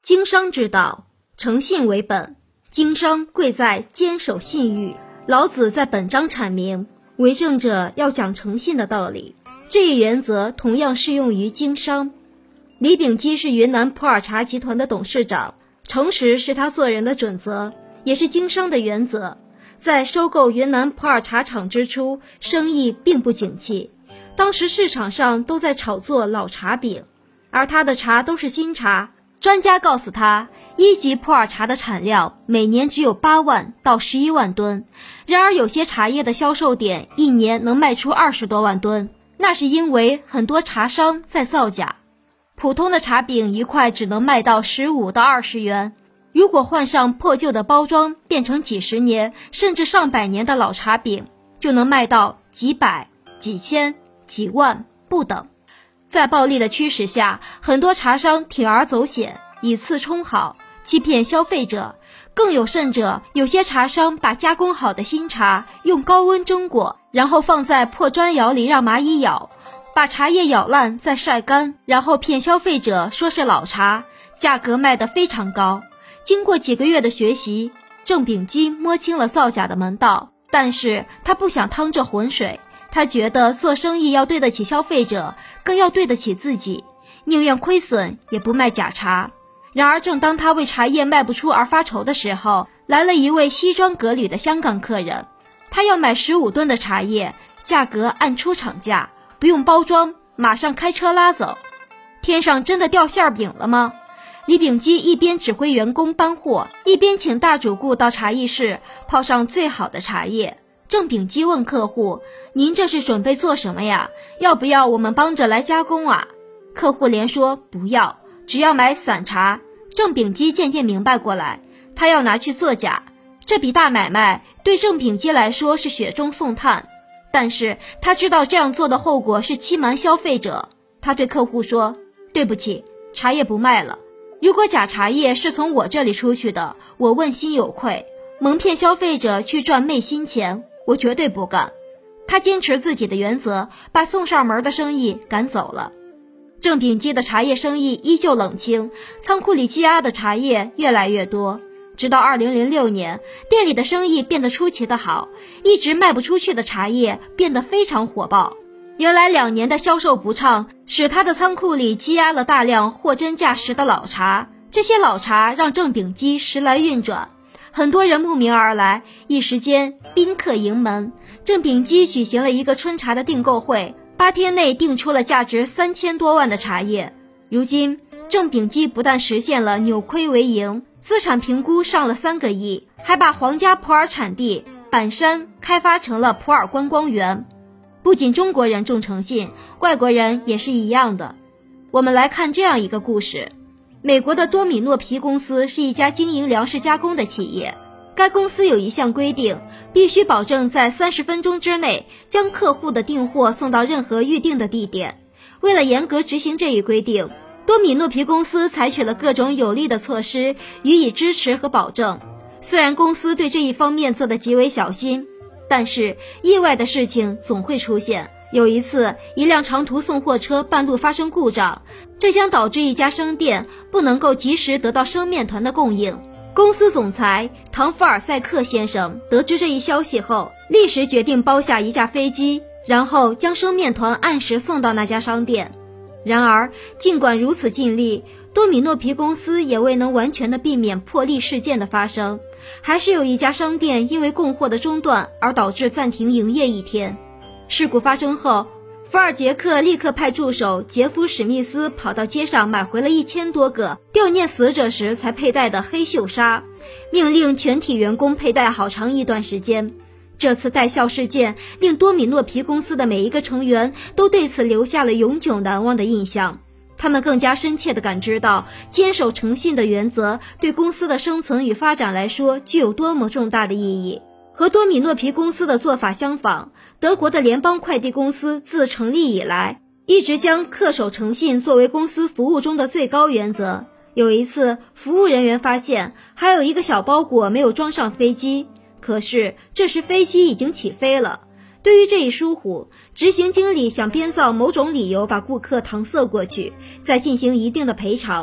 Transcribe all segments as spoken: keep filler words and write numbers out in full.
经商之道，诚信为本，经商贵在坚守信誉。老子在本章阐明，为政者要讲诚信的道理，这一原则同样适用于经商。李秉基是云南普洱茶集团的董事长，诚实是他做人的准则，也是经商的原则。在收购云南普洱茶厂之初，生意并不景气，当时市场上都在炒作老茶饼，而他的茶都是新茶。专家告诉他，一级普洱茶的产量每年只有八万到十一万吨，然而有些茶叶的销售点一年能卖出二十多万吨，那是因为很多茶商在造假。普通的茶饼一块只能卖到十五到二十元，如果换上破旧的包装，变成几十年甚至上百年的老茶饼，就能卖到几百、几千、几万不等。在暴利的驱使下，很多茶商铤而走险，以次充好，欺骗消费者。更有甚者，有些茶商把加工好的新茶用高温蒸过，然后放在破砖窑里让蚂蚁咬，把茶叶咬烂再晒干，然后骗消费者说是老茶，价格卖得非常高。经过几个月的学习，郑秉基摸清了造假的门道，但是他不想趟这浑水。他觉得做生意要对得起消费者，更要对得起自己，宁愿亏损也不卖假茶。然而正当他为茶叶卖不出而发愁的时候，来了一位西装革履的香港客人，他要买十五吨的茶叶，价格按出厂价，不用包装，马上开车拉走。天上真的掉馅饼了吗？李秉基一边指挥员工搬货，一边请大主顾到茶艺室泡上最好的茶叶。郑秉基问客户，您这是准备做什么呀？要不要我们帮着来加工啊？客户连说不要，只要买散茶。郑秉基渐渐明白过来，他要拿去作假。这笔大买卖对郑秉基来说是雪中送炭，但是他知道这样做的后果是欺瞒消费者。他对客户说，对不起，茶叶不卖了。如果假茶叶是从我这里出去的，我问心有愧，蒙骗消费者去赚昧心钱，我绝对不干。他坚持自己的原则，把送上门的生意赶走了。郑秉基的茶叶生意依旧冷清，仓库里积压的茶叶越来越多。直到二零零六年，店里的生意变得出奇的好，一直卖不出去的茶叶变得非常火爆。原来两年的销售不畅，使他的仓库里积压了大量货真价实的老茶。这些老茶让郑秉基时来运转，很多人慕名而来，一时间宾客盈门。郑秉基举行了一个春茶的订购会，八天内订出了价值三千多万的茶叶。如今郑秉基不但实现了扭亏为盈，资产评估上了三个亿，还把皇家普洱产地板山开发成了普洱观光园。不仅中国人重诚信，外国人也是一样的。我们来看这样一个故事。美国的多米诺皮公司是一家经营粮食加工的企业，该公司有一项规定，必须保证在三十分钟之内将客户的订货送到任何预定的地点。为了严格执行这一规定，多米诺皮公司采取了各种有力的措施予以支持和保证。虽然公司对这一方面做得极为小心，但是意外的事情总会出现。有一次，一辆长途送货车半路发生故障，这将导致一家生店不能够及时得到生面团的供应。公司总裁唐福尔塞克先生得知这一消息后，立时决定包下一架飞机，然后将生面团按时送到那家商店。然而尽管如此尽力，多米诺皮公司也未能完全的避免破例事件的发生，还是有一家商店因为供货的中断而导致暂停营业一天。事故发生后，福尔杰克立刻派助手杰夫史密斯跑到街上买回了一千多个悼念死者时才佩戴的黑锈纱，命令全体员工佩戴好长一段时间。这次戴孝事件令多米诺皮公司的每一个成员都对此留下了永久难忘的印象。他们更加深切地感知到坚守诚信的原则对公司的生存与发展来说具有多么重大的意义。和多米诺皮公司的做法相仿，德国的联邦快递公司自成立以来一直将恪守诚信作为公司服务中的最高原则。有一次，服务人员发现还有一个小包裹没有装上飞机，可是这时飞机已经起飞了。对于这一疏忽，执行经理想编造某种理由把顾客搪塞过去，再进行一定的赔偿。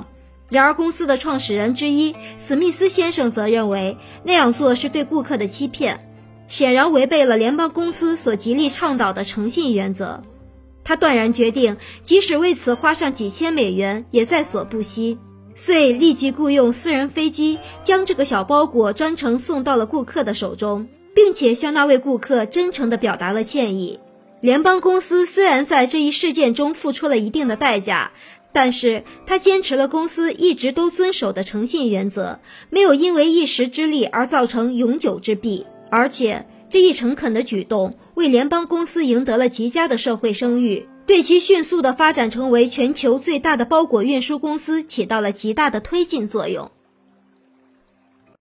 然而公司的创始人之一史密斯先生则认为那样做是对顾客的欺骗，显然违背了联邦公司所极力倡导的诚信原则。他断然决定即使为此花上几千美元也在所不惜，遂立即雇用私人飞机将这个小包裹专程送到了顾客的手中，并且向那位顾客真诚地表达了歉意。联邦公司虽然在这一事件中付出了一定的代价，但是他坚持了公司一直都遵守的诚信原则，没有因为一时之利而造成永久之弊。而且这一诚恳的举动为联邦公司赢得了极佳的社会声誉，对其迅速的发展成为全球最大的包裹运输公司起到了极大的推进作用。